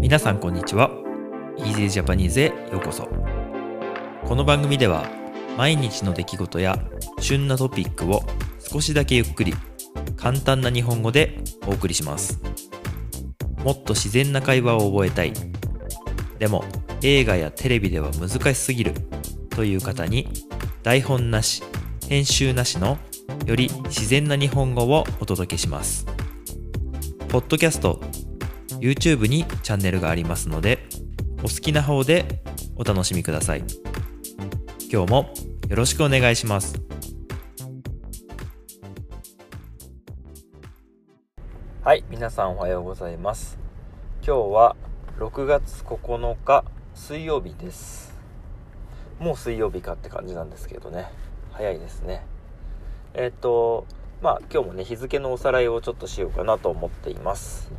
皆さんこんにちは。 Easy Japanese へようこそ。この番組では毎日の出来事や旬なトピックを少しだけゆっくり簡単な日本語でお送りします。もっと自然な会話を覚えたい、でも映画やテレビでは難しすぎるという方に、台本なし編集なしのより自然な日本語をお届けします。ポッドキャスト、YouTube にチャンネルがありますので、お好きな方でお楽しみください。今日もよろしくお願いします。はい、皆さんおはようございます。今日は6月9日水曜日です。もう水曜日かって感じなんですけどね、早いですね。今日もね、日付のおさらいをちょっとしようかなと思っています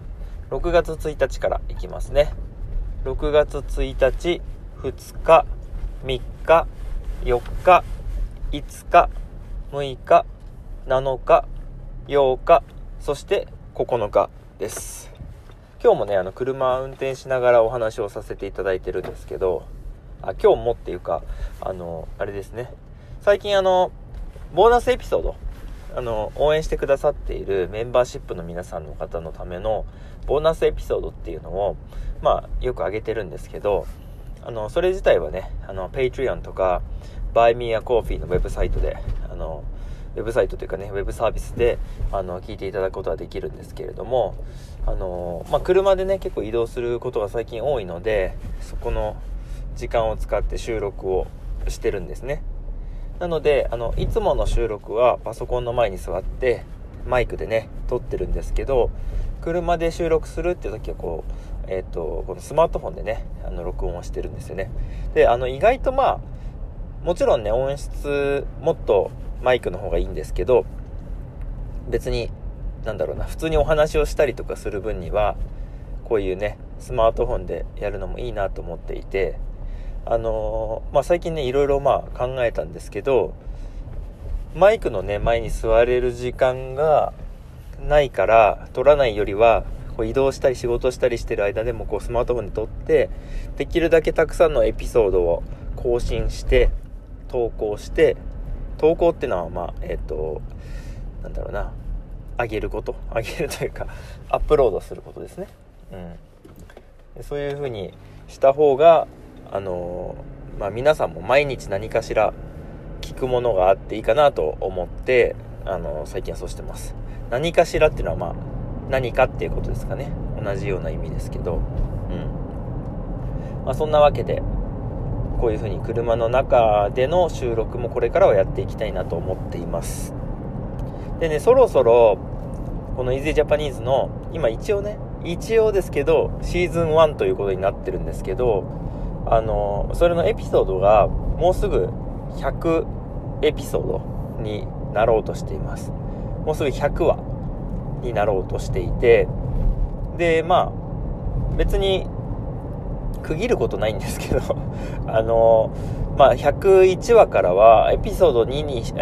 。6月1日からいきますね。6月1日、2日、3日、4日、5日、6日、7日、8日、そして9日です。今日もね、車運転しながらお話をさせていただいてるんですけど、今日もっていうか、あれですね。最近ボーナスエピソード、応援してくださっているメンバーシップの皆さんの方のためのボーナスエピソードっていうのをよく上げてるんですけど、それ自体はね、Patreon とか Buy Me a Coffee のウェブサイトでウェブサイトというかね、ウェブサービスで聞いていただくことはできるんですけれども、車でね結構移動することが最近多いので、そこの時間を使って収録をしてるんですね。なのでいつもの収録はパソコンの前に座ってマイクでね撮ってるんですけど、車で収録するっていう時はこのスマートフォンでね録音をしてるんですよね。で意外ともちろんね音質もっとマイクの方がいいんですけど、別に普通にお話をしたりとかする分にはこういうねスマートフォンでやるのもいいなと思っていて、最近ねいろいろ考えたんですけど、マイクのね前に座れる時間がないから撮らないよりは、移動したり仕事したりしてる間でもスマートフォンで撮って、できるだけたくさんのエピソードを更新して投稿して、投稿っていうのは上げるというかアップロードすることですね。そういう風にした方が皆さんも毎日何かしら聞くものがあっていいかなと思って、最近はそうしてます。何かしらっていうのは何かっていうことですかね。同じような意味ですけど、そんなわけでこういう風に車の中での収録もこれからはやっていきたいなと思っています。でね、そろそろこの Easy Japanese の今一応ですけどシーズン1ということになってるんですけど、それのエピソードがもうすぐ100エピソードになろうとしています。もうすぐ100話になろうとしていて、で別に区切ることないんですけど101話からはエピソード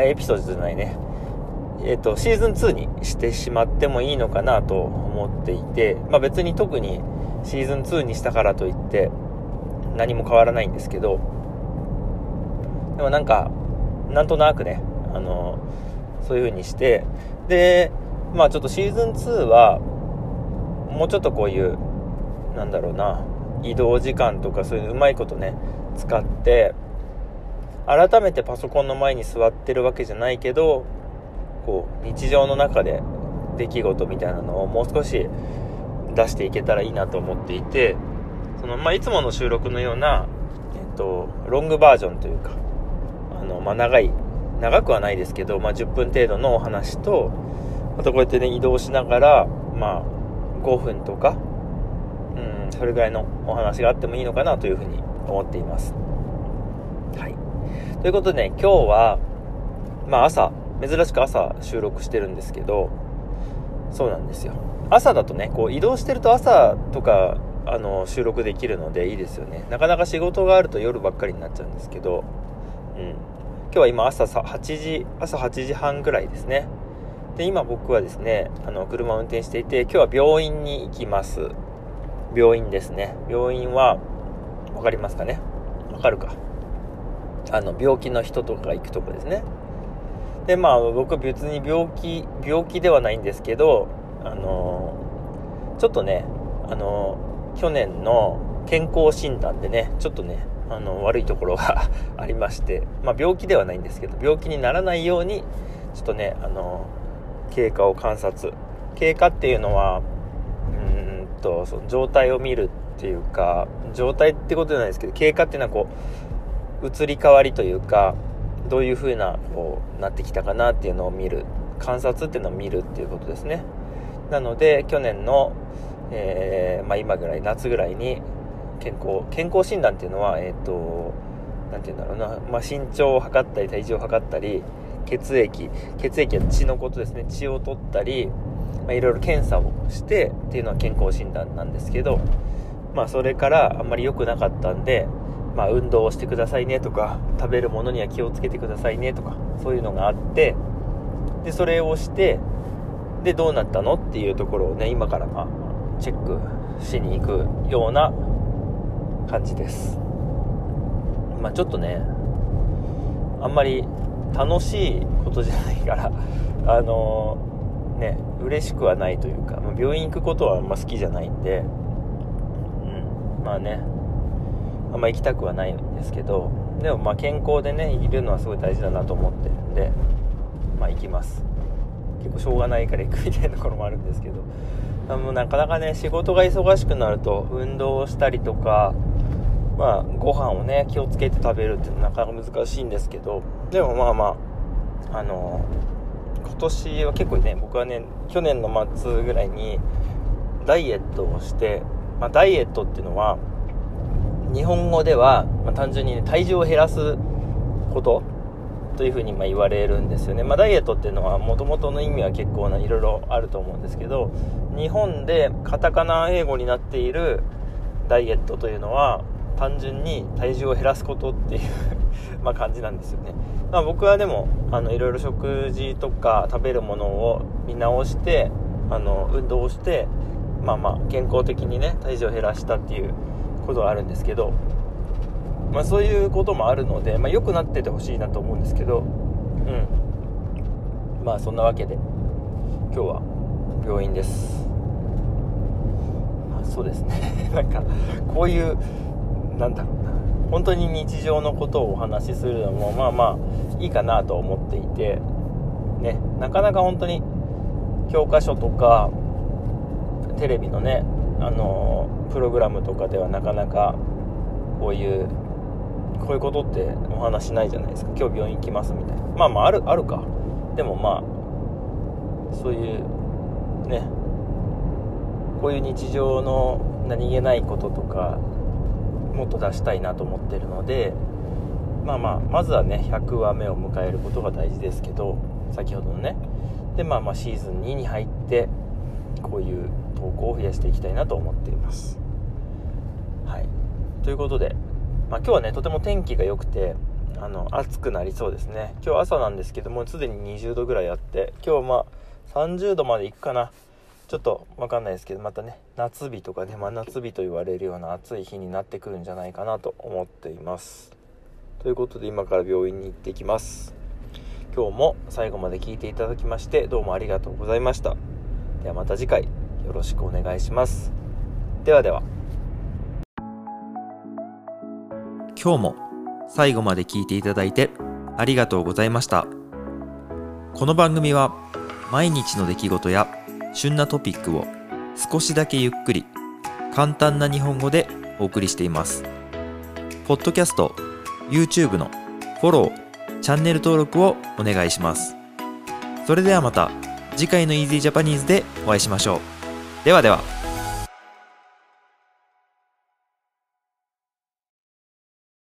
シーズン2にしてしまってもいいのかなと思っていて、別に特にシーズン2にしたからといって何も変わらないんですけど、でもなんとなくねそういう風にして、でちょっとシーズン2はもうちょっとこういう移動時間とかそういううまいことね使って、改めてパソコンの前に座ってるわけじゃないけど、日常の中で出来事みたいなのをもう少し出していけたらいいなと思っていて、いつもの収録のようなロングバージョンというか長くはないですけど、10分程度のお話と、あとこうやってね移動しながら5分とかそれぐらいのお話があってもいいのかなというふうに思っています。はい。ということでね、今日は珍しく朝収録してるんですけど、そうなんですよ。朝だとね移動してると朝とか収録できるのでいいですよね。なかなか仕事があると夜ばっかりになっちゃうんですけど、今日は今朝8時半ぐらいですね。で今僕はですね車を運転していて、今日は病院に行きます。 病院ですね。病院はわかりますかね。わかるか。病気の人とかが行くとこですね。で僕別に病気ではないんですけど、ちょっとね去年の健康診断でねちょっとね悪いところがありまして、病気ではないんですけど、病気にならないようにちょっとね経過を観察。経過っていうのはその状態を見るっていうか、状態ってことじゃないですけど、経過っていうのは移り変わりというか、どういう風ななってきたかなっていうのを見る、観察っていうのを見るっていうことですね。なので去年の、今ぐらい夏ぐらいに健康診断っていうのはなんていうんだろうな、身長を測ったり体重を測ったり、血液は血のことですね。血を取ったり、いろいろ検査をしてっていうのは健康診断なんですけど、それからあんまり良くなかったんで、運動をしてくださいねとか、食べるものには気をつけてくださいねとか、そういうのがあって、でそれをして、でどうなったのっていうところをね今からチェックしに行くような感じです。ちょっとねあんまり楽しいことじゃないから嬉しくはないというか、病院行くことはあんま好きじゃないんで、あんま行きたくはないんですけど、でも健康でねいるのはすごい大事だなと思ってるんで、行きます。結構しょうがないから行くみたいなところもあるんですけど、なかなかね仕事が忙しくなると運動をしたりとか、ご飯をね気をつけて食べるっていうのはなかなか難しいんですけど、でも今年は結構ね、僕はね去年の末ぐらいにダイエットをして、ダイエットっていうのは日本語では、単純に、ね、体重を減らすことというふうに言われるんですよね。ダイエットっていうのは元々の意味は結構いろいろあると思うんですけど、日本でカタカナ英語になっているダイエットというのは単純に体重を減らすことっていう感じなんですよね。僕はでもいろいろ食事とか食べるものを見直して運動をして健康的にね体重を減らしたっていうことがあるんですけど、そういうこともあるので、良くなっててほしいなと思うんですけど、そんなわけで今日は病院です。そうですねこういう本当に日常のことをお話しするのもいいかなと思っていてね、なかなか本当に教科書とかテレビのねプログラムとかではなかなかこういうことってお話しないじゃないですか。今日病院行きますみたいな、あるか。でもそういうね、こういう日常の何気ないこととかもっと出したいなと思ってるので、まずはね100話目を迎えることが大事ですけど、先ほどのねでシーズン2に入ってこういう投稿を増やしていきたいなと思っています。ということで、今日はねとても天気が良くて暑くなりそうですね。今日朝なんですけどもすでに20度ぐらいあって、今日は30度までいくかな、ちょっと分かんないですけど、またね夏日とかね真夏日と言われるような暑い日になってくるんじゃないかなと思っています。ということで今から病院に行ってきます。今日も最後まで聞いていただきましてどうもありがとうございました。ではまた次回よろしくお願いします。ではでは。今日も最後まで聞いていただいてありがとうございました。この番組は毎日の出来事や旬なトピックを少しだけゆっくり簡単な日本語でお送りしています。ポッドキャスト、YouTube のフォロー、チャンネル登録をお願いします。それではまた次回の Easy Japanese でお会いしましょう。ではでは。